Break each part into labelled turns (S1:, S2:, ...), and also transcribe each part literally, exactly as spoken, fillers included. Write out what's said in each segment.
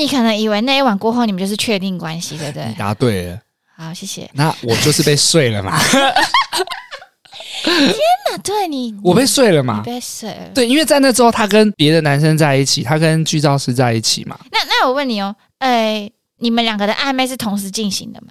S1: 你可能以为那一晚过后你们就是确定关系，对不对？
S2: 你答对了。
S1: 好，谢谢。
S2: 那我就是被睡了嘛。
S1: 天哪，对你，
S2: 我被睡了嘛？
S1: 你被睡了。
S2: 对，因为在那之后，他跟别的男生在一起，他跟剧照师在一起嘛。
S1: 那那我问你哦，呃，你们两个的暧昧是同时进行的吗？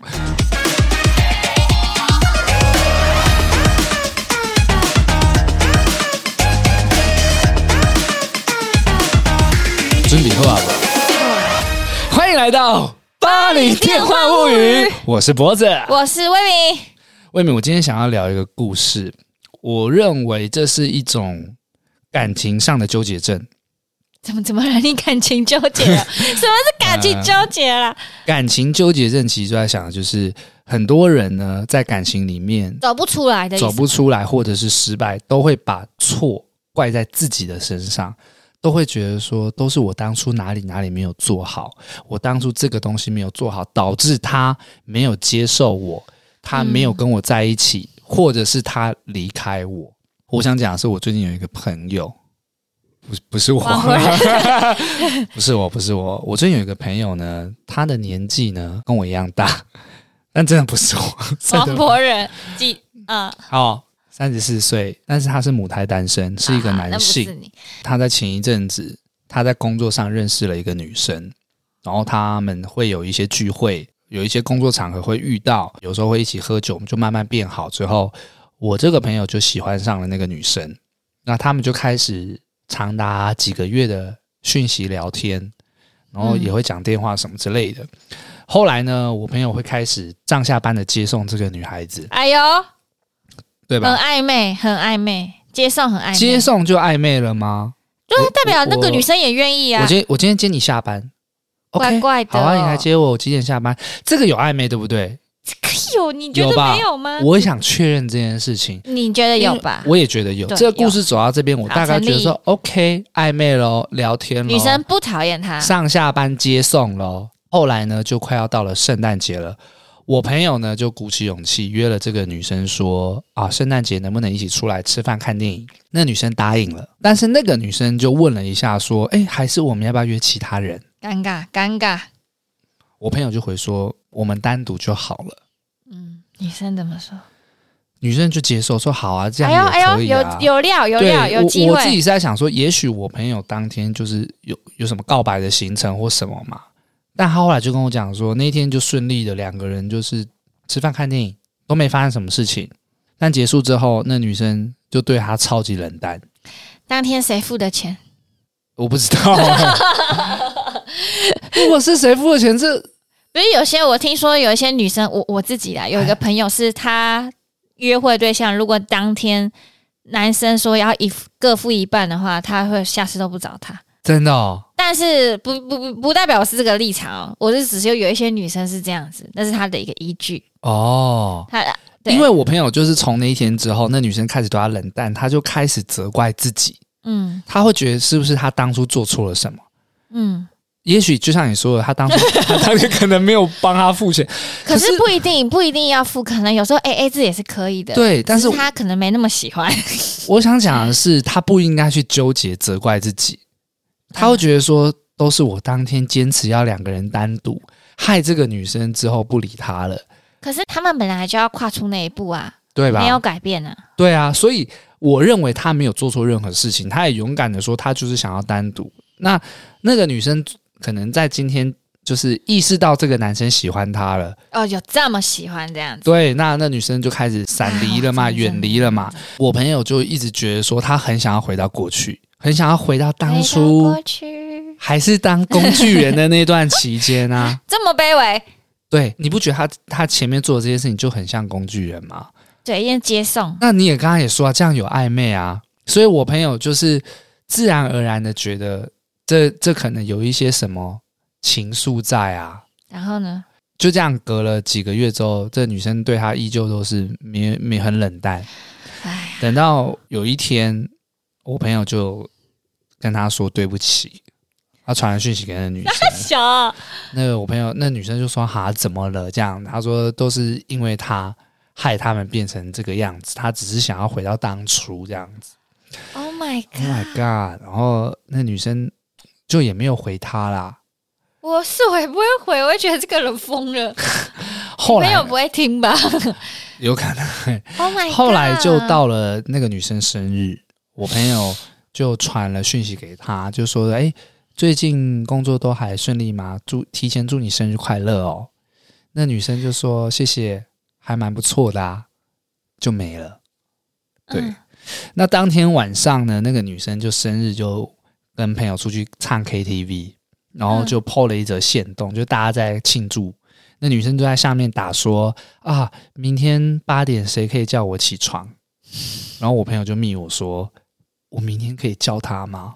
S2: 准备好了，欢迎来到巴黎电幻物语，我是脖子，
S1: 我是魏敏。
S2: 魏敏，我今天想要聊一个故事，我认为这是一种感情上的纠结症。
S1: 怎么怎么了？你感情纠结了？什么是感情纠结了、呃？
S2: 感情纠结症其实就在想的就是很多人呢在感情里面
S1: 走不出来的意思，
S2: 走不出来或者是失败，都会把错怪在自己的身上。都会觉得说都是我当初哪里哪里没有做好，我当初这个东西没有做好，导致他没有接受我，他没有跟我在一起、嗯、或者是他离开我。我想讲的是我最近有一个朋友，不, 不是我不是我不是我我最近有一个朋友呢，他的年纪呢跟我一样大，但真的不是我。
S1: 王博人几嗯
S2: 好三十四岁，但是他是母胎单身，是一个男性、啊、他在前一阵子他在工作上认识了一个女生，然后他们会有一些聚会，有一些工作场合会遇到，有时候会一起喝酒，就慢慢变好。之后我这个朋友就喜欢上了那个女生，那他们就开始长达几个月的讯息聊天，然后也会讲电话什么之类的、嗯、后来呢我朋友会开始上下班的接送这个女孩子。
S1: 哎呦，
S2: 对吧？
S1: 很暧昧，很暧昧，接送很暧昧。
S2: 接送就暧昧了吗？
S1: 对，代表那个女生也愿意啊。
S2: 我今天我今天接你下班，
S1: 怪怪的、哦。
S2: 好啊，你来接我，我几点下班？这个有暧昧对不对？
S1: 这个有，你觉得没有吗？
S2: 我也想确认这件事情。
S1: 你觉得有吧？
S2: 我也觉得有。这个故事走到这边，我大概觉得说 OK， 暧昧咯，聊天咯，
S1: 女生不讨厌他，
S2: 上下班接送咯。后来呢，就快要到了圣诞节了。我朋友呢就鼓起勇气约了这个女生说啊，圣诞节能不能一起出来吃饭看电影？那女生答应了，但是那个女生就问了一下说，哎，还是我们要不要约其他人？
S1: 尴尬尴尬。
S2: 我朋友就回说，我们单独就好了。
S1: 嗯，女生怎么说？
S2: 女生就接受说好啊，这样也可以啊。
S1: 哎呦哎呦，有有料有料有机会。
S2: 我, 我自己是在想说，也许我朋友当天就是有有什么告白的行程或什么嘛。但他后来就跟我讲说，那天就顺利的两个人就是吃饭看电影，都没发生什么事情。但结束之后，那女生就对他超级冷淡。
S1: 当天谁付的钱？
S2: 我不知道、啊。如果是谁付的钱，这
S1: 不是有些我听说有一些女生，我我自己啦，有一个朋友是他约会对象，如果当天男生说要一各付一半的话，他会下次都不找他。
S2: 真的哦。
S1: 但是不不不不代表我是这个立场哦，我是只是有一些女生是这样子，那是她的一个依据
S2: 哦。他因为我朋友就是从那一天之后，那女生开始对他冷淡，他就开始责怪自己，嗯，他会觉得是不是他当初做错了什么，嗯，也许就像你说的，他当初他他可能没有帮他付钱，
S1: 可是不一定不一定要付，可能有时候 A A 制也是可以的，
S2: 对，但是
S1: 他可能没那么喜欢。
S2: 我想讲的是，他不应该去纠结责怪自己。他会觉得说都是我当天坚持要两个人单独，害这个女生之后不理他了。
S1: 可是他们本来就要跨出那一步啊，
S2: 对吧？
S1: 没有改变啊。
S2: 对啊，所以我认为他没有做错任何事情，他也勇敢的说他就是想要单独。那那个女生可能在今天就是意识到这个男生喜欢她了，
S1: 哦，有这么喜欢这样子。
S2: 对，那那女生就开始闪离了嘛，远离了嘛。我朋友就一直觉得说他很想要回到过去，很想要回到当初还是当工具人的那段期间啊。
S1: 这么卑微。
S2: 对，你不觉得他他前面做的这些事情就很像工具人吗？
S1: 对，因为接送。
S2: 那你也刚刚也说啊，这样有暧昧啊，所以我朋友就是自然而然的觉得这这可能有一些什么情愫在啊。
S1: 然后呢，
S2: 就这样隔了几个月之后，这女生对他依旧都是没没很冷淡。等到有一天我朋友就跟他说对不起，他传了讯息给那个女生，那个我朋友那女生就说哈怎么了这样，他说都是因为他害他们变成这个样子，他只是想要回到当初这样子。
S1: Oh my god
S2: Oh my god 然后那女生就也没有回他啦。
S1: 我我是我也不会回，我会觉得这个人疯了。
S2: 后来
S1: 朋友不会听吧？
S2: 有可能。
S1: Oh my god！
S2: 后来就到了那个女生生日，我朋友就传了讯息给她，就说：“哎，最近工作都还顺利吗？祝提前祝你生日快乐哦。”那女生就说：“谢谢，还蛮不错的啊。”就没了。对，嗯、那当天晚上呢，那个女生就生日，就跟朋友出去唱 K T V， 然后就 po 了一则限动，就大家在庆祝。那女生就在下面打说啊，明天八点谁可以叫我起床？然后我朋友就密我说，我明天可以叫他吗？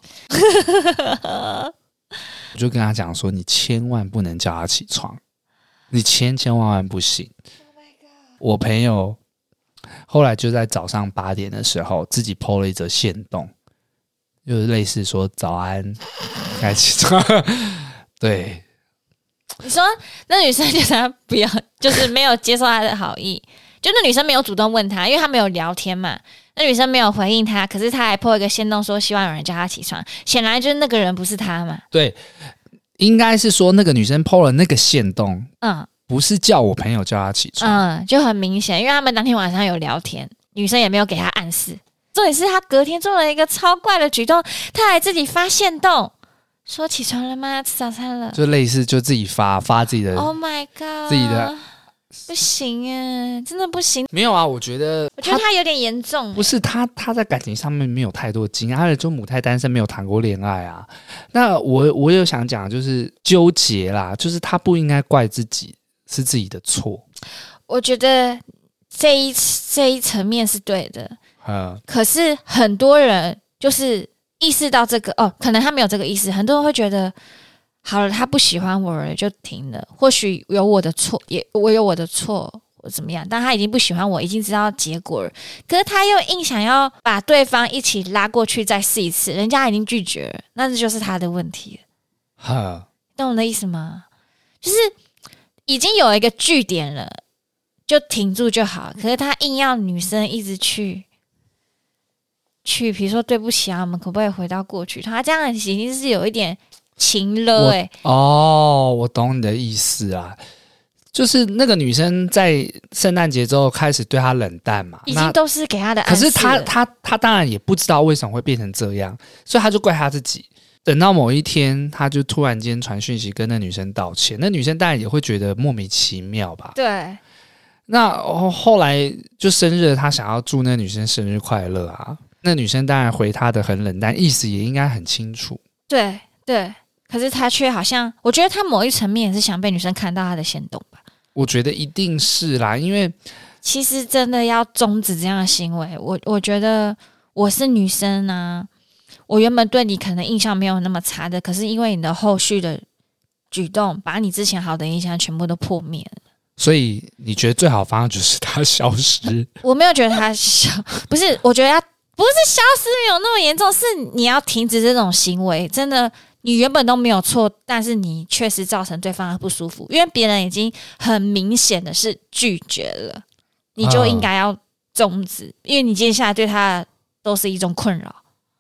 S2: 我就跟他讲说，你千万不能叫他起床，你千千万万不行。Oh my God！ 我朋友后来就在早上八点的时候自己 po 了一则限动，就是类似说早安，该起床。对。
S1: 你说那女生就是她不要，就是没有接受她的好意，就那女生没有主动问他，因为他没有聊天嘛。那女生没有回应他，可是他还 po 一个限动说希望有人叫他起床，显然就是那个人不是他嘛。
S2: 对，应该是说那个女生 po 了那个限动，嗯，不是叫我朋友叫他起床，
S1: 嗯，就很明显，因为他们当天晚上有聊天，女生也没有给他暗示。重点是他隔天做了一个超怪的举动，他还自己发限动。说起床了吗？要吃早餐了，
S2: 就类似就自己发发自己的
S1: ，Oh my God，
S2: 自己的
S1: 不行哎，真的不行。
S2: 没有啊，我觉得，
S1: 我觉得他有点严重。
S2: 不是他，他在感情上面没有太多经验，他就母胎单身，没有谈过恋爱啊。那我我有想讲，就是纠结啦，就是他不应该怪自己，是自己的错。
S1: 我觉得这一这一层面是对的，嗯，可是很多人就是意识到这个哦，可能他没有这个意识，很多人会觉得好了，他不喜欢我了就停了，或许有我的错，也我有我的错，我怎么样？但他已经不喜欢我，已经知道结果了，可是他又硬想要把对方一起拉过去再试一次，人家已经拒绝了，那这就是他的问题了。懂我的意思吗？就是已经有一个据点了，就停住就好。可是他硬要女生一直去。去，比如说对不起啊，我们可不可以回到过去？他这样已经是有一点情了哎、欸。
S2: 哦，我懂你的意思啊，就是那个女生在圣诞节之后开始对他冷淡嘛，
S1: 已经都是给他的暗示了。
S2: 可是他他他当然也不知道为什么会变成这样，所以他就怪他自己。等到某一天，他就突然间传讯息跟那女生道歉，那女生当然也会觉得莫名其妙吧？
S1: 对。
S2: 那后来就生日，他想要祝那女生生日快乐啊。那女生当然回他的很冷淡，意思也应该很清楚。
S1: 对对，可是他却好像，我觉得他某一层面也是想被女生看到他的行动吧。
S2: 我觉得一定是啦，因为
S1: 其实真的要终止这样的行为，我我觉得我是女生啊，我原本对你可能印象没有那么差的，可是因为你的后续的举动，把你之前好的印象全部都破灭了。
S2: 所以你觉得最好的方法就是他消失？
S1: 我没有觉得他消，不是，我觉得他。不是消失没有那么严重，是你要停止这种行为。真的，你原本都没有错，但是你确实造成对方的不舒服，因为别人已经很明显的是拒绝了，你就应该要终止，因为你接下来对他都是一种困扰。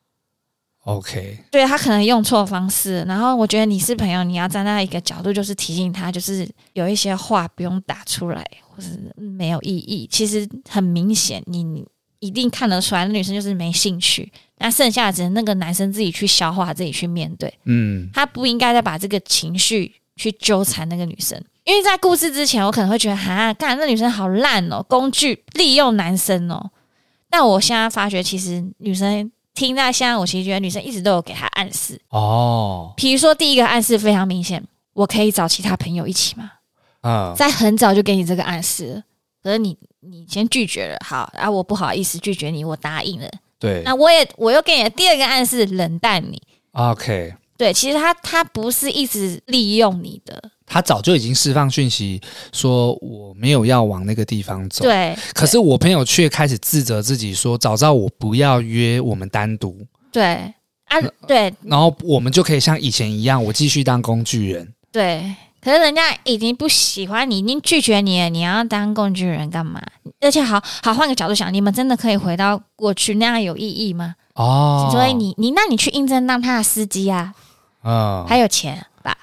S2: OK，
S1: 对，他可能用错方式，然后我觉得你是朋友，你要站在一个角度，就是提醒他，就是有一些话不用打出来，或是没有意义。其实很明显，你。一定看得出来，那女生就是没兴趣。那剩下的只能那个男生自己去消化，自己去面对。嗯，他不应该再把这个情绪去纠缠那个女生，因为在故事之前，我可能会觉得，哈，干那女生好烂哦，工具利用男生哦。但我现在发觉，其实女生听在现在，我其实觉得女生一直都有给他暗示哦。比如说，第一个暗示非常明显，我可以找其他朋友一起吗？啊，在很早就给你这个暗示了。可是你你先拒绝了，好啊，我不好意思拒绝你，我答应了。
S2: 对，
S1: 那我也我又给你的第二个暗示，冷淡你。
S2: OK，
S1: 对，其实他他不是一直利用你的，
S2: 他早就已经释放讯息说我没有要往那个地方走。
S1: 对，
S2: 可是我朋友却开始自责自己说，早知道我不要约我们单独。
S1: 对啊，对，
S2: 然后我们就可以像以前一样，我继续当工具人。
S1: 对。可是人家已经不喜欢你，已经拒绝你了，你要当工具人干嘛？而且好好换个角度想，你们真的可以回到过去那样有意义吗？哦，所以你你那你去应征当他的司机啊，哦，还有钱， 吧。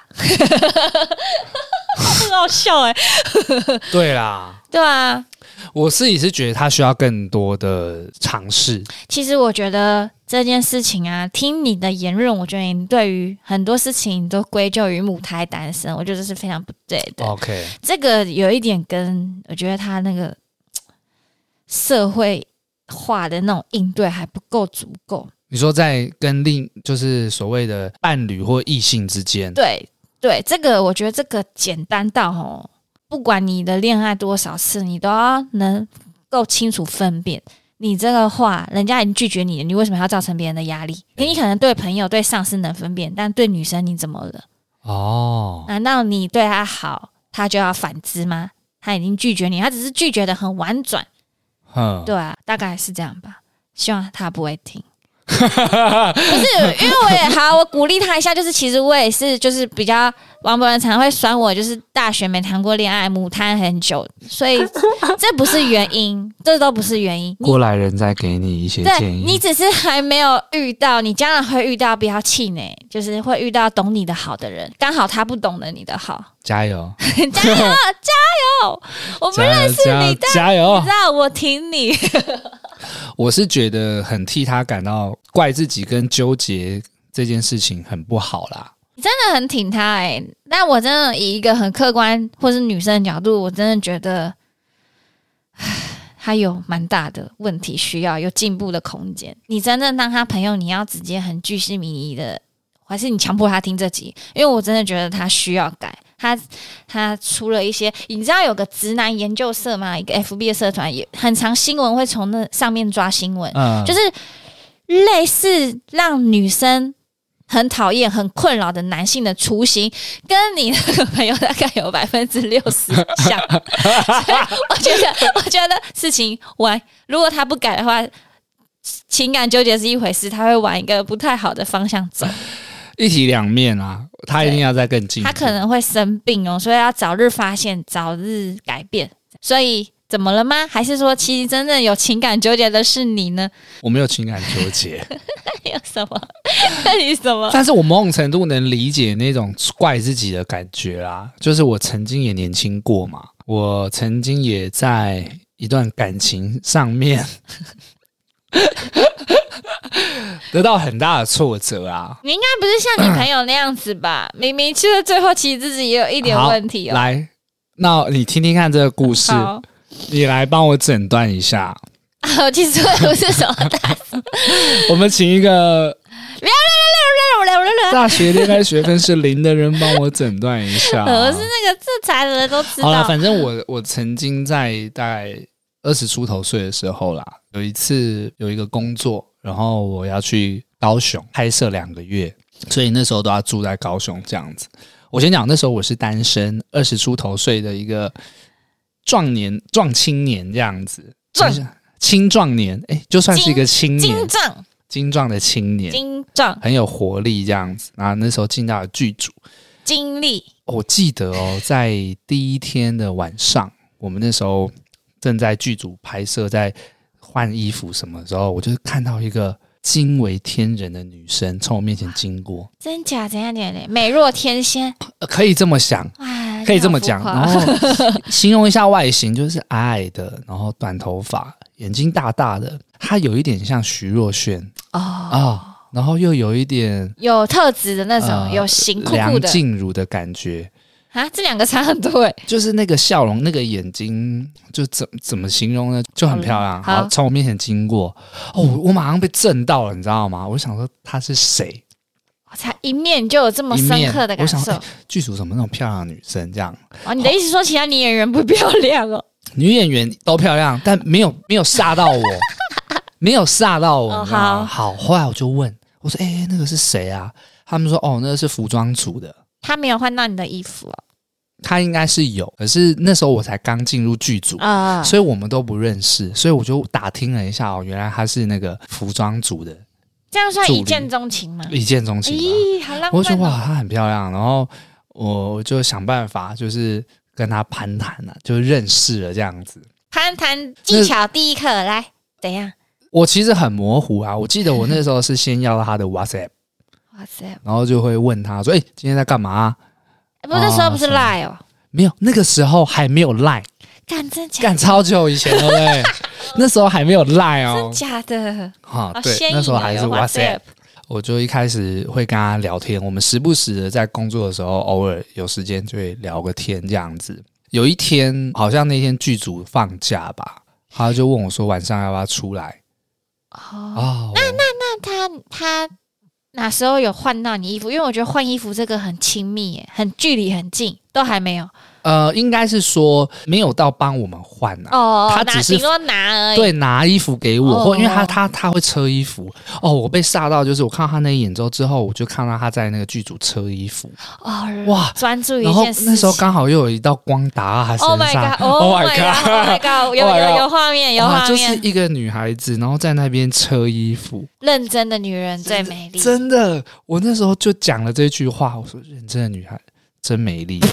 S1: 很好笑哎、欸。
S2: 对啦，
S1: 对啊，
S2: 我自己是觉得他需要更多的尝试。
S1: 其实我觉得这件事情啊，听你的言论，我觉得你对于很多事情都归咎于母胎单身，我觉得这是非常不对的。
S2: OK，
S1: 这个有一点跟我觉得他那个社会化的那种应对还不够足够。
S2: 你说在跟另就是所谓的伴侣或异性之间，
S1: 对对，这个我觉得这个简单到吼，不管你的恋爱多少次，你都要能够清楚分辨。你这个话，人家已经拒绝你了，你为什么要造成别人的压力？你可能对朋友、对上司能分辨，但对女生你怎么了？
S2: 哦，
S1: 难道你对她好，她就要反之吗？她已经拒绝你，她只是拒绝的很婉转。
S2: 嗯，
S1: 对啊，大概是这样吧。希望她不会听。不是，因为我也好，我鼓励他一下。就是其实我也是，就是比较王博仁常会酸我，就是大学没谈过恋爱，母胎很久，所以这不是原因，这都不是原因。
S2: 过来人再给你一些建议，
S1: 你只是还没有遇到，你将来会遇到，不要气馁，就是会遇到懂你的好的人，刚好他不懂得你的好，
S2: 加油，
S1: 加油，加油！我不认识你，但
S2: 加油，
S1: 你知道我挺你。
S2: 我是觉得很替他感到怪自己跟纠结这件事情很不好啦。
S1: 你真的很挺他哎、欸，但我真的以一个很客观或是女生的角度，我真的觉得他有蛮大的问题，需要有进步的空间。你真正当他朋友，你要直接很巨细靡遗的，还是你强迫他听这集？因为我真的觉得他需要改。他他出了一些，你知道有个直男研究社吗？一个 F B 的社团，也很常新闻会从那上面抓新闻，嗯，就是类似让女生很讨厌、很困扰的男性的雏形，跟你那个朋友大概有百分之六十像。所以我觉得，我觉得事情完，如果他不改的话，情感纠结是一回事，他会往一个不太好的方向走。
S2: 一体两面啊，他一定要再更进步。
S1: 他可能会生病哦，所以要早日发现，早日改变。所以怎么了吗？还是说，其实真正有情感纠结的是你呢？
S2: 我没有情感纠结，
S1: 有什么？那你什么？
S2: 但是我某种程度能理解那种怪自己的感觉啦。就是我曾经也年轻过嘛，我曾经也在一段感情上面。得到很大的挫折啊！
S1: 你应该不是像你朋友那样子吧？嗯、明明去了最后，其实自己也有一点问题哦。
S2: 来，那你听听看这个故事，你来帮我诊断一下。
S1: 啊，其实我不是什么大师。
S2: 我们请一个大学恋爱学分是零的人帮我诊断一下。
S1: 我是那个这才的人都知道。
S2: 好了，反正我我曾经在大概二十出头岁的时候啦，有一次有一个工作。然后我要去高雄拍摄两个月，所以那时候都要住在高雄这样子。我先讲，那时候我是单身，二十出头岁的一个壮年、壮青年这样子，壮青壮年，哎，就算是一个青年，
S1: 精壮、
S2: 精壮的青年，
S1: 精壮，
S2: 很有活力这样子。然后那时候进到了剧组，
S1: 精力。
S2: 我记得哦，在第一天的晚上，我们那时候正在剧组拍摄，在换衣服什么时候，我就看到一个惊为天人的女生从我面前经过。
S1: 真假？怎样点点？美若天仙、
S2: 呃，可以这么想，可以这么讲。然后形容一下外形，就是矮矮的，然后短头发，眼睛大大的，她有一点像徐若瑄哦啊，然后又有一点
S1: 有特质的那种，呃、有型酷酷的
S2: 梁静茹的感觉。
S1: 啊，这两个差很多哎，
S2: 就是那个笑容，那个眼睛，就怎怎么形容呢？就很漂亮。好，从我面前经过，哦，我马上被震到了，你知道吗？我想说她是谁？
S1: 才一面就有这么深刻的感受。
S2: 我想，剧组怎么那种漂亮的女生这样？
S1: 哦，你的意思说其他女演员不漂亮哦？
S2: 女演员都漂亮，但没有没有煞到我，没有煞到我。哦、好，好，后来我就问我说：“哎、欸，那个是谁啊？”他们说：“哦，那个是服装组的。”
S1: 他没有换到你的衣服哦。
S2: 他应该是有，可是那时候我才刚进入剧组啊，所以我们都不认识，所以我就打听了一下哦，原来他是那个服装组的。
S1: 这样算一见钟情吗？
S2: 一见钟情。
S1: 咦，好浪漫、哦！
S2: 我说哇，她很漂亮，然后我就想办法，就是跟她攀谈啊，就认识了这样子。
S1: 攀谈技巧第一课，来，怎样？
S2: 我其实很模糊啊，我记得我那时候是先要到她的 WhatsApp。
S1: 哇塞！
S2: 然后就会问他说：“哎、欸，今天在干嘛、啊？”
S1: 不是那时候不是 Line 哦，
S2: 没有，那个时候还没有 Line，
S1: 干真假的？
S2: 干超久以前对不对？那时候还没有 Line 哦，
S1: 真假的？
S2: 哈，对，那时候还是 WhatsApp。我就一开始会跟他聊天，我们时不时的在工作的时候，偶尔有时间就会聊个天这样子。有一天，好像那天剧组放假吧，他就问我说：“晚上要不要出来？”
S1: 哦，哦那那那他他哪时候有换到你衣服？因为我觉得换衣服这个很亲密耶，很距离很近，都还没有。
S2: 呃，应该是说没有到帮我们换啊，
S1: 哦，
S2: 他只是
S1: 说拿而已，
S2: 对，拿衣服给我，哦、或因为他他他会车衣服。哦，我被吓到，就是我看到他那一眼之后，之后我就看到他在那个剧组车衣服。
S1: 哦，哇，专注于一件事情。
S2: 然后那时候刚好又有一道光打他身上
S1: ，Oh my god，Oh my god，Oh my god， 有有有画面，有画面，
S2: 就是一个女孩子，然后在那边车衣服。
S1: 认真的女人最美丽，
S2: 真的，我那时候就讲了这句话，我说认真的女孩真美丽。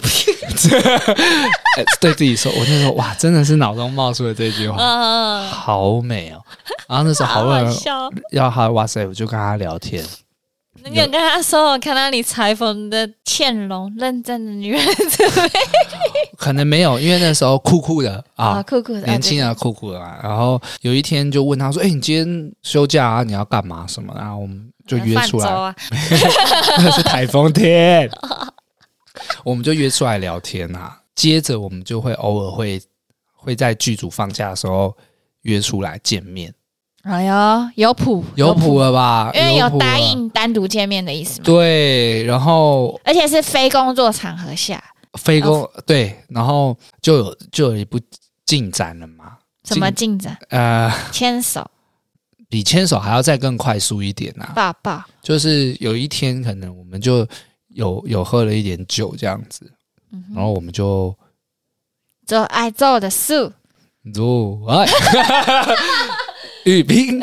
S2: 对自己说，我那时候哇，真的是脑中冒出了这句话，嗯、好美哦。然后那时候好多人要他 WhatsApp， 我就跟他聊天。
S1: 你有跟他说我看到你裁缝的倩容，认真的女人最美丽？
S2: 可能没有，因为那时候酷酷的啊，
S1: 哦、酷酷的，
S2: 年轻人酷酷的嘛。然后有一天就问他说：“哎、欸，你今天休假啊？你要干嘛什么？”然后我们就约出来，
S1: 啊、
S2: 那是台风天。我们就约出来聊天啊，接着我们就会偶尔会会在剧组放假的时候约出来见面。
S1: 哎呦，有谱
S2: 有谱了吧？
S1: 因为有答应单独见面的意思嘛。
S2: 对，然后
S1: 而且是非工作场合下，
S2: 非工、哦、对，然后就有就有一部进展了嘛。
S1: 什么进展？
S2: 呃，
S1: 牵手，
S2: 比牵手还要再更快速一点啊！
S1: 抱抱，
S2: 就是有一天可能我们就。有有喝了一点酒这样子，嗯、然后我们就
S1: 做爱做的事，
S2: 做爱，语冰，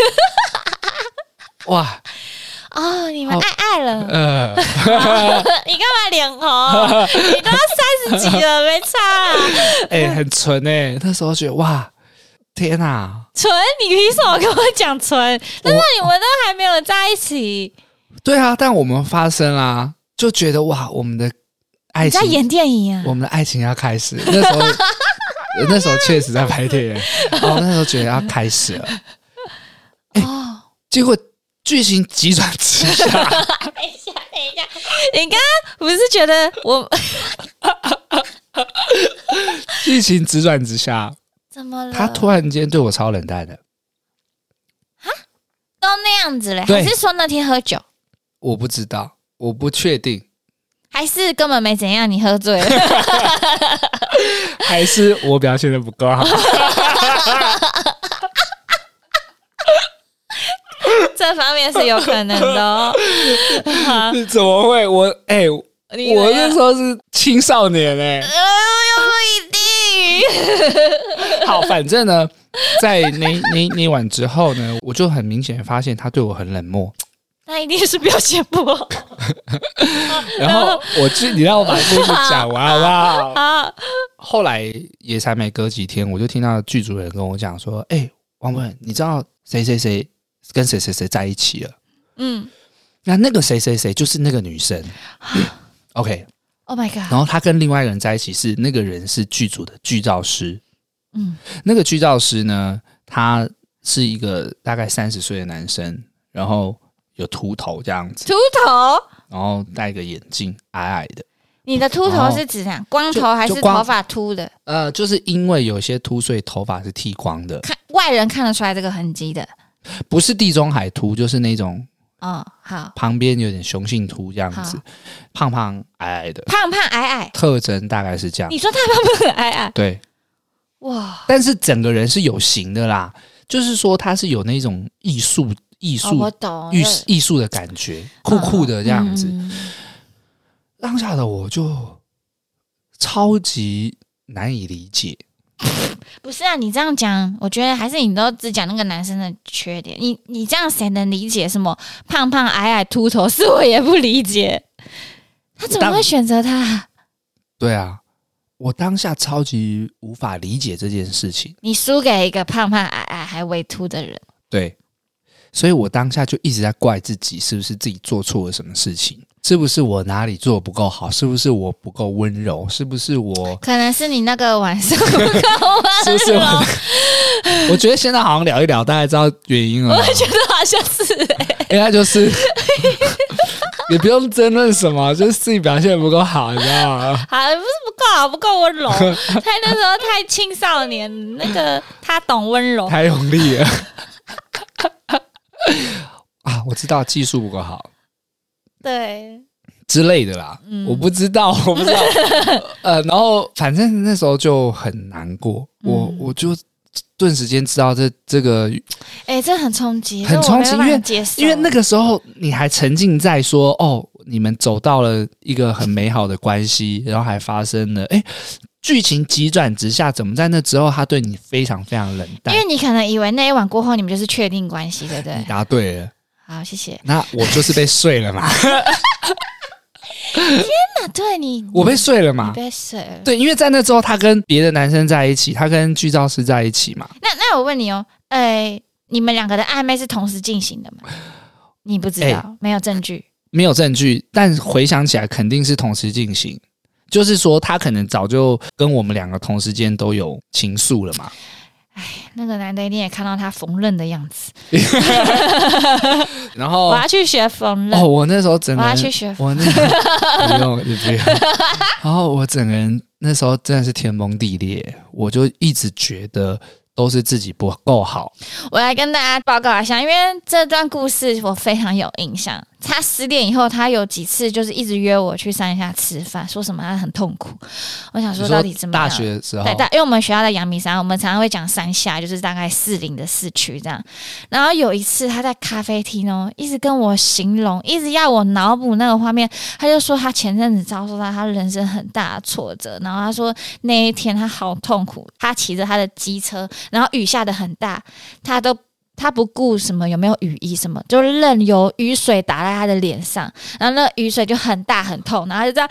S2: 哇！
S1: 哦，你们爱爱了，
S2: 呃，
S1: 你干嘛脸红？你都三十几了，没差啊！
S2: 哎、欸，很纯哎、欸，那时候觉得哇，天啊，
S1: 纯！你凭什么跟我讲纯？那时候你们都还没有在一起。
S2: 对啊，但我们发生啦，就觉得哇，我们的爱情
S1: 你在演电影啊，
S2: 我们的爱情要开始。那时候，那时候确实在拍电影，然后那时候觉得要开始了。欸、哦，结果剧情急转直下。等
S1: 一下，等一下，你刚刚不是觉得我
S2: 剧情直转直下？
S1: 怎么了？
S2: 他突然间对我超冷淡的。
S1: 哈，都那样子嘞？还是说那天喝酒？
S2: 我不知道，我不确定，
S1: 还是根本没怎样，你喝醉了，
S2: 还是我表现的不够好？
S1: 这方面是有可能的哦。
S2: 怎么会？我哎、欸，我那时候是青少年哎、欸，呃，
S1: 又不一定。
S2: 好，反正呢，在那那那晚之后呢，我就很明显发现他对我很冷漠。
S1: 那一定是表现不好。
S2: 然后我去，你让我把故事讲完好不好？
S1: 好。
S2: 后来也才没隔几天，我就听到剧组人跟我讲说：“哎、欸，王文，你知道谁谁谁跟谁谁谁在一起了？”嗯，那那个谁谁谁就是那个女生。OK。Oh
S1: my god！
S2: 然后他跟另外一个人在一起是，是那个人是剧组的剧照师。嗯，那个剧照师呢，他是一个大概三十岁的男生，然后。有秃头这样子，
S1: 秃头，
S2: 然后戴个眼镜，矮矮的。
S1: 你的秃头是指这样光头还是头发秃的？
S2: 呃，就是因为有些秃，所以头发是剃光的。
S1: 看外人看得出来这个痕迹的，
S2: 不是地中海秃，就是那种
S1: 哦，好，
S2: 旁边有点雄性秃这样子，胖胖矮矮的，
S1: 胖胖矮矮，
S2: 特征大概是这样。
S1: 你说他胖胖矮矮，
S2: 对，哇！但是整个人是有型的啦，就是说他是有那种艺术。艺术、
S1: 哦，我懂，
S2: 艺艺术的感觉，酷酷的这样子。嗯、当下的我就超级难以理解。
S1: 不是啊，你这样讲，我觉得还是你都只讲那个男生的缺点。你你这样谁能理解什么胖胖矮矮秃头？是我也不理解。他怎么会选择他？
S2: 对啊，我当下超级无法理解这件事情。
S1: 你输给一个胖胖矮矮还微秃的人。
S2: 对。 所以我当下就一直在怪自己，是不是自己做错了什么事情？是不是我哪里做得不够好？是不是我不够温柔？是不是我？
S1: 可能是你那个晚上不够温柔。
S2: 是不是我？我觉得现在好像聊一聊，大概知道原因了。
S1: 我觉得好像是、欸，
S2: 应该就是也不用争论什么，就是自己表现不够好，你知道吗？
S1: 好，不是不够好，不够温柔。他那时候太青少年，那个他懂温柔，
S2: 太用力了啊！我知道技术不够好。
S1: 对
S2: 之类的啦、嗯、我不知道我不知道呃，然后反正那时候就很难过、嗯、我我就顿时间知道这这个
S1: 哎、欸，这很冲击
S2: 很冲击，因为因为那个时候你还沉浸在说哦你们走到了一个很美好的关系，然后还发生了哎剧情急转直下，怎么在那之后他对你非常非常冷淡？
S1: 因为你可能以为那一晚过后你们就是确定关系，对不对？
S2: 你答对了，
S1: 好，谢谢。
S2: 那我就是被睡了嘛？
S1: 天哪，对你，
S2: 我被睡了嘛？
S1: 你被睡了。
S2: 对，因为在那之后，他跟别的男生在一起，他跟剧照师在一起嘛。
S1: 那那我问你哦，呃，你们两个的暧昧是同时进行的吗？你不知道，欸、没有证据，
S2: 没有证据，但回想起来肯定是同时进行。就是说，他可能早就跟我们两个同时间都有情愫了嘛。
S1: 哎，那个男的一定也看到他缝纫的样子，
S2: 然后
S1: 我要去学缝纫。
S2: 哦，我那时候整个人，
S1: 我要去学缝纫，
S2: 我那不用，你不用。然后我整个人那时候真的是天崩地裂，我就一直觉得都是自己不够好。
S1: 我来跟大家报告一下，因为这段故事我非常有印象。他失恋以后，他有几次就是一直约我去山下吃饭，说什么他很痛苦。我想说到底怎么样？
S2: 大学的时候，
S1: 对，因为我们学校在阳明山，我们常常会讲山下，就是大概士林的市区这样。然后有一次他在咖啡厅哦，一直跟我形容，一直要我脑补那个画面。他就说他前阵子遭受到他人生很大的挫折，然后他说那一天他好痛苦，他骑着他的机车，然后雨下得很大，他都。他不顾什么有没有雨衣什么，就任由雨水打在他的脸上，然后那雨水就很大很痛，然后就这样啊，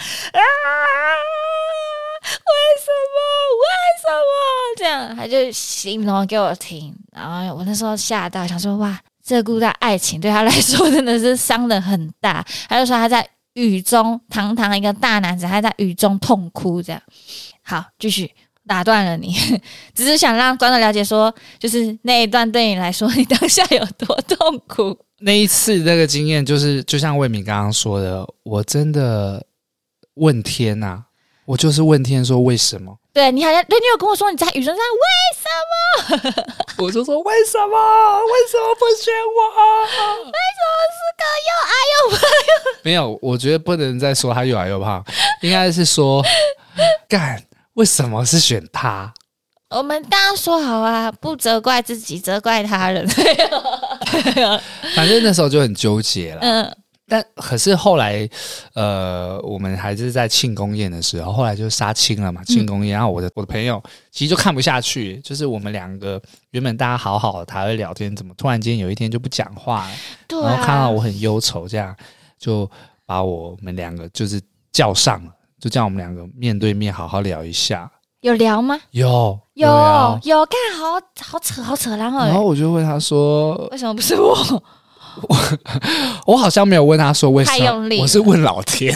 S1: 为什么为什么这样，他就形容给我听，然后我那时候吓到，想说哇，这故事爱情对他来说真的是伤得很大。他就说他在雨中，堂堂一个大男子，他在雨中痛哭这样。好，继续。打断了你，只是想让观众了解说，就是那一段对你来说，你当下有多痛苦。
S2: 那一次那个经验，就是就像魏敏刚刚说的，我真的问天啊，我就是问天说为什么？
S1: 对，你好像对你有跟我说你在雨中上为什么？
S2: 我就说为什么？为什么不选我？
S1: 为什么是个又矮又胖？
S2: 没有，我觉得不能再说他又矮又胖，应该是说干。为什么是选他？
S1: 我们刚刚说好啊，不责怪自己，责怪他人。
S2: 反正那时候就很纠结了。
S1: 嗯，
S2: 但可是后来，呃，我们还是在庆功宴的时候，后来就杀青了嘛。庆功宴，然后我的我的朋友其实就看不下去，就是我们两个原本大家好好的还会聊天，怎么突然间有一天就不讲话了？
S1: 对啊，
S2: 然后看到我很忧愁，这样就把我们两个就是叫上了。就叫我们两个面对面好好聊一下，
S1: 有聊吗？
S2: 有
S1: 有有，有看好好扯好扯，然后
S2: 然后我就问他说，
S1: 为什么不是我？
S2: 我, 我好像没有问他说为什么，
S1: 太用力了，
S2: 我是问老天。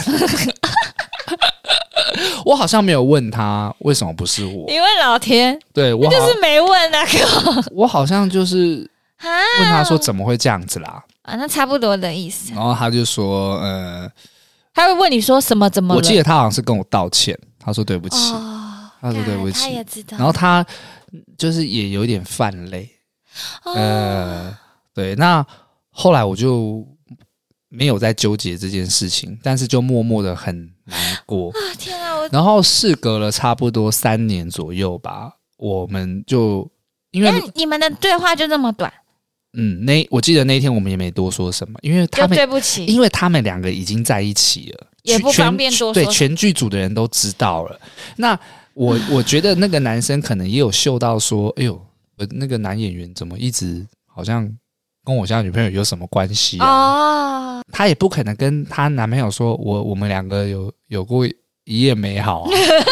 S2: 我好像没有问他为什么不是我，
S1: 你问老天？
S2: 对我
S1: 就是没问那个，
S2: 我好像就是问他说怎么会这样子啦？
S1: 啊，那差不多的意思。
S2: 然后他就说，呃。
S1: 他会问你说什么怎么了？
S2: 我记得他好像是跟我道歉，他说对不起，
S1: 哦、
S2: 他说对不起，
S1: 他也知道。
S2: 然后他就是也有点泛泪，哦、呃，对。那后来我就没有再纠结这件事情，但是就默默的很难过
S1: 啊！天啊！我
S2: 然后事隔了差不多三年左右吧，我们就因为
S1: 你们的对话就这么短。
S2: 嗯，那我记得那一天我们也没多说什么，因为他们
S1: 对不起，
S2: 因为他们两个已经在一起了，
S1: 也不方便多说。
S2: 对，全剧组的人都知道了。那我我觉得那个男生可能也有嗅到说，哎呦，那个男演员怎么一直好像跟我现在女朋友有什么关系啊？
S1: 哦，
S2: 他也不可能跟他男朋友说，我我们两个有有过一夜美好啊。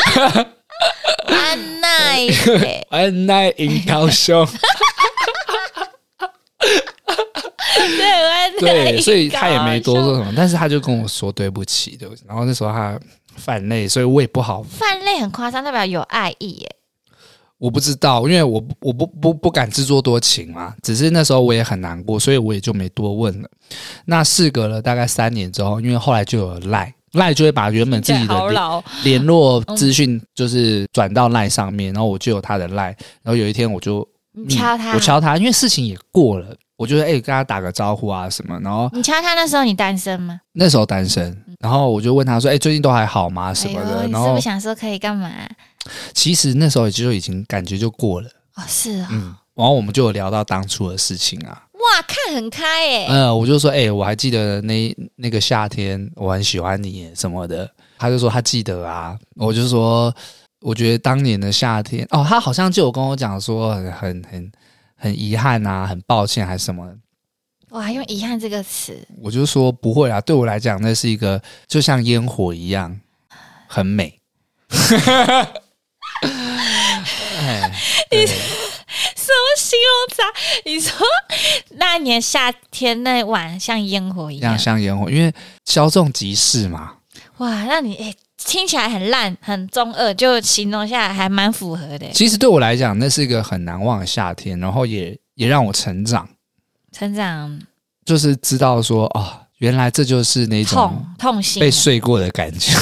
S1: One night，
S2: One night in 高雄。 对，所以他也没多说什么，但是他就跟我说对不起的。然后那时候他泛泪，所以我也不好
S1: 泛泪很夸张，代表有爱意耶。
S2: 我不知道，因为我我不不不敢自作多情嘛，只是那时候我也很难过，所以我也就没多问了。那事隔了大概三年之后，因为后来就有赖赖就会把原本自己的联联络资讯就是转到赖上面，然后我就有他的赖，然后有一天我就
S1: 你敲他、嗯，
S2: 我敲他，因为事情也过了，我就哎、欸、跟他打个招呼啊什么，然后
S1: 你敲他那时候你单身吗？
S2: 那时候单身，然后我就问他说：“哎、欸，最近都还好吗？什么的？”
S1: 哎、
S2: 然后
S1: 你是不是想说可以干嘛？
S2: 其实那时候也就已经感觉就过了
S1: 哦，是哦，
S2: 嗯，然后我们就有聊到当初的事情啊。
S1: 哇，看很开哎、欸。
S2: 呃，我就说：“哎、欸，我还记得那那个夏天，我很喜欢你什么的。”他就说他记得啊，我就说我觉得当年的夏天，哦，他好像就有跟我讲说很很很很遗憾啊，很抱歉还是什么的。
S1: 哇，用遗憾这个词，
S2: 我就说不会啦，对我来讲那是一个就像烟火一样很美。
S1: 哎，你什么形容词啊？你说那年夏天那晚像烟火一样，
S2: 像烟火，因为稍纵即逝嘛。
S1: 哇，那你哎，听起来很烂，很中二，就形容下来还蛮符合的。
S2: 其实对我来讲，那是一个很难忘的夏天，然后也也让我成长。
S1: 成长
S2: 就是知道说哦，原来这就是那种
S1: 痛痛心
S2: 被睡过的感觉。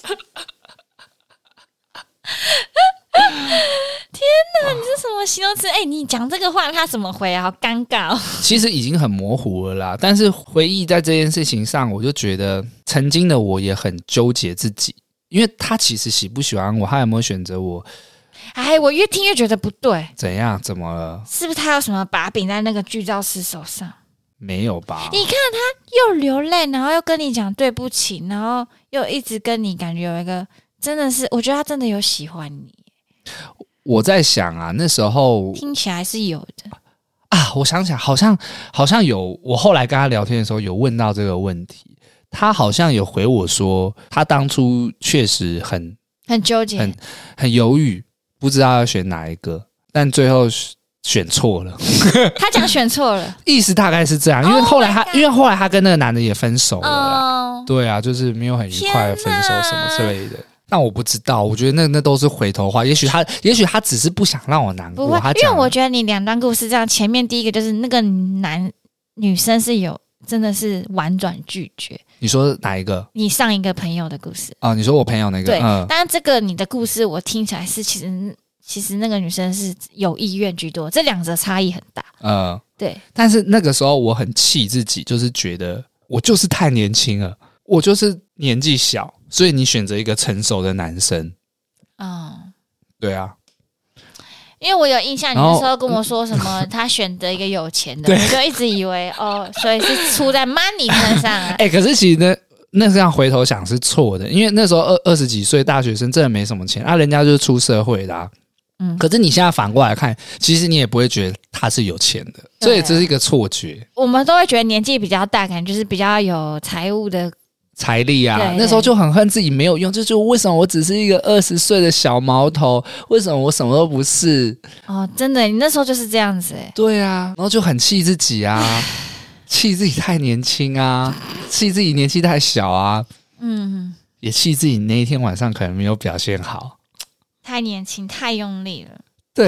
S1: 天哪，你是什么形容词？哎、欸，你讲这个话他怎么回啊？好尴尬哦。
S2: 其实已经很模糊了啦，但是回忆在这件事情上，我就觉得曾经的我也很纠结自己，因为他其实喜不喜欢我，他有没有选择我？
S1: 哎，我越听越觉得不对。
S2: 怎样？怎么了？
S1: 是不是他有什么把柄在那个剧照师手上？
S2: 没有吧？
S1: 你看他又流泪，然后又跟你讲对不起，然后又一直跟你感觉有一个真的是，我觉得他真的有喜欢你。
S2: 我在想啊，那时候
S1: 听起来是有的
S2: 啊，我想起来，好像好像有，我后来跟他聊天的时候有问到这个问题，他好像有回我说，他当初确实很
S1: 很纠结，
S2: 很很犹豫，不知道要选哪一个，但最后选错了。
S1: 他讲选错了，
S2: 意思大概是这样，因为后来他， oh、因为后来他跟那个男的也分手了啦， oh、对啊，就是没有很愉快的分手什么之类的。但我不知道，我觉得那那都是回头话。也许他，也许他只是不想让我难过。
S1: 不会，
S2: 他
S1: 因为我觉得你两段故事这样，前面第一个就是那个男女生是有真的是婉转拒绝。
S2: 你说哪一个？
S1: 你上一个朋友的故事
S2: 哦，你说我朋友那个。
S1: 对，
S2: 嗯、
S1: 但是这个你的故事我听起来是其实其实那个女生是有意愿居多，这两者差异很大。
S2: 嗯，
S1: 对。
S2: 但是那个时候我很气自己，就是觉得我就是太年轻了，我就是年纪小。所以你选择一个成熟的男生，嗯，对啊，
S1: 因为我有印象，你那时候跟我说什么，他选择一个有钱的，我就一直以为哦，所以是出在 money 身上啊。
S2: 哎、欸，可是其实呢，那这样回头想是错的，因为那时候二二十几岁大学生真的没什么钱啊，人家就是出社会的啊。嗯，可是你现在反过来看，其实你也不会觉得他是有钱的，所以这是一个错觉。
S1: 我们都会觉得年纪比较大，感觉就是比较有财务的。
S2: 财力啊，那时候就很恨自己没有用，就是为什么我只是一个二十岁的小毛头，为什么我什么都不是？
S1: 哦，真的，你那时候就是这样子哎。
S2: 对啊，然后就很气自己啊，气自己太年轻啊，气自己年纪太小啊，嗯，也气自己那一天晚上可能没有表现好，
S1: 太年轻，太用力了。
S2: 对，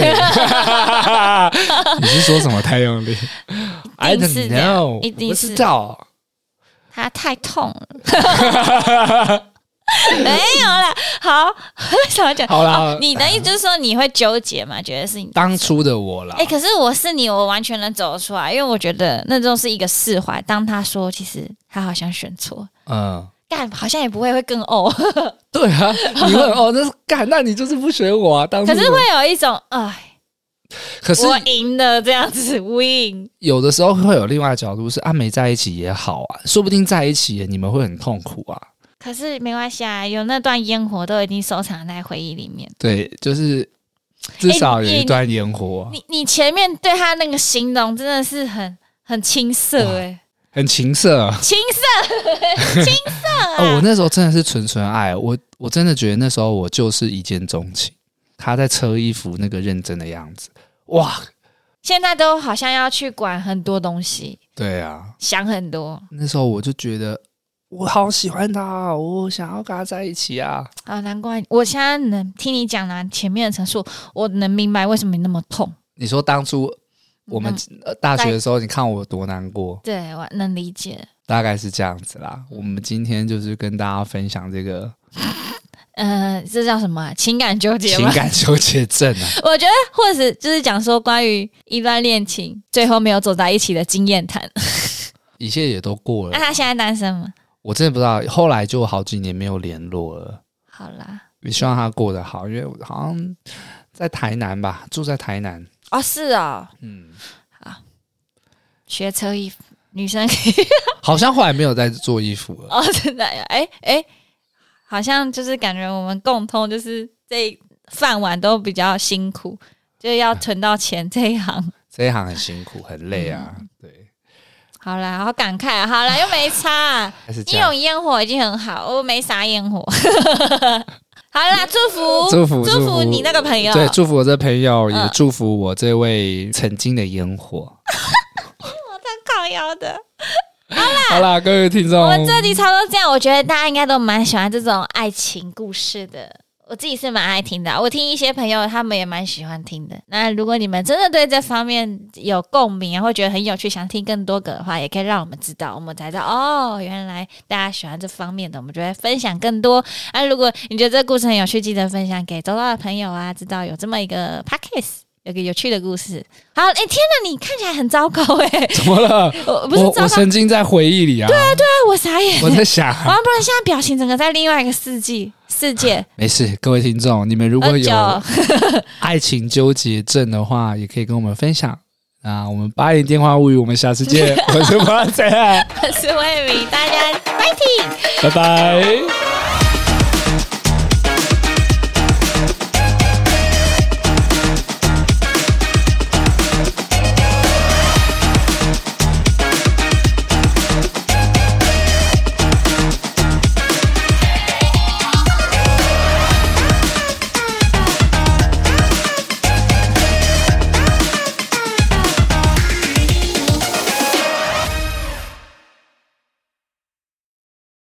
S2: 你是说什么太用力 ？I don't know，
S1: 一定是
S2: 我不知道。
S1: 他太痛了，没有啦。好，怎么讲？
S2: 好啦、
S1: 哦，你的意思就是说你会纠结嘛？觉得是你
S2: 当初的我啦。
S1: 哎、欸，可是我是你，我完全能走出来，因为我觉得那都是一个释怀。当他说其实他好像选错，嗯，干好像也不会会更哦。
S2: 对啊，你会哦，那是干，那你就是不选我啊。当初
S1: 可是会有一种哎。
S2: 可是
S1: 我赢了这样子 win，
S2: 有的时候会有另外的角度是啊，没在一起也好啊，说不定在一起你们会很痛苦啊。
S1: 可是没关系啊，有那段烟火都已经收藏在回忆里面。
S2: 对，就是至少有一段烟火。
S1: 欸、你 你, 你前面对他那个形容真的是很很青涩哎、欸，
S2: 很情色，
S1: 青涩，青涩、啊
S2: 哦。我那时候真的是纯纯爱，我我真的觉得那时候我就是一见钟情。他在车衣服那个认真的样子，哇！
S1: 现在都好像要去管很多东西，
S2: 对啊，
S1: 想很多。
S2: 那时候我就觉得我好喜欢他，我想要跟他在一起啊！
S1: 啊，难怪我现在能听你讲完前面的陈述，我能明白为什么你那么痛。
S2: 你说当初我们大学的时候，你看我多难过，
S1: 对，我能理解。
S2: 大概是这样子啦。我们今天就是跟大家分享这个，
S1: 呃，这叫什么、啊？情感纠结吗？
S2: 情感纠结症啊。
S1: 我觉得，或者就是讲说关于一段恋情最后没有走在一起的经验谈。
S2: 一切也都过了。
S1: 那他现在单身吗？
S2: 我真的不知道，后来就好几年没有联络了。
S1: 好啦，
S2: 也希望他过得好，因为我好像在台南吧，住在台南。
S1: 哦，是哦，
S2: 嗯，
S1: 好，学车衣服，女生可以
S2: 好像后来没有在做衣服了。
S1: 哦，真的呀，哎哎，好像就是感觉我们共通就是这饭碗都比较辛苦，就是要存到钱这一行，
S2: 这一行很辛苦，很累啊，嗯、对。
S1: 好啦，好感慨啊！好啦，又没差、啊，你有烟火已经很好，我没啥烟火。好啦，祝福
S2: 祝福
S1: 祝福你那个朋友，
S2: 对，祝福我这朋友，
S1: 嗯、
S2: 也祝福我这位曾经的烟火。
S1: 我在靠腰的。好啦，
S2: 好啦，各位听众，
S1: 我们这集差不多这样，我觉得大家应该都蛮喜欢这种爱情故事的。我自己是蛮爱听的、啊，我听一些朋友他们也蛮喜欢听的。那如果你们真的对这方面有共鸣啊，会觉得很有趣，想听更多个的话，也可以让我们知道，我们才知道哦，原来大家喜欢这方面的，我们就会分享更多。啊，如果你觉得这个故事很有趣，记得分享给周遭的朋友啊，知道有这么一个 podcast。有个有趣的故事。好，哎、欸，天哪，你看起来很糟糕哎、欸！
S2: 怎么了？
S1: 我不是糟糕，
S2: 我, 我曾经在回忆里啊。
S1: 对啊，对啊，我傻眼。
S2: 我在想、啊，
S1: 王不然现在表情整个在另外一个世纪世界。
S2: 没事，各位听众，你们如果有爱情纠结症的话，也可以跟我们分享。啊，我们八零电话物语，我们下次见。我是马仔，
S1: 我是魏敏，大家 fighting，
S2: 拜拜。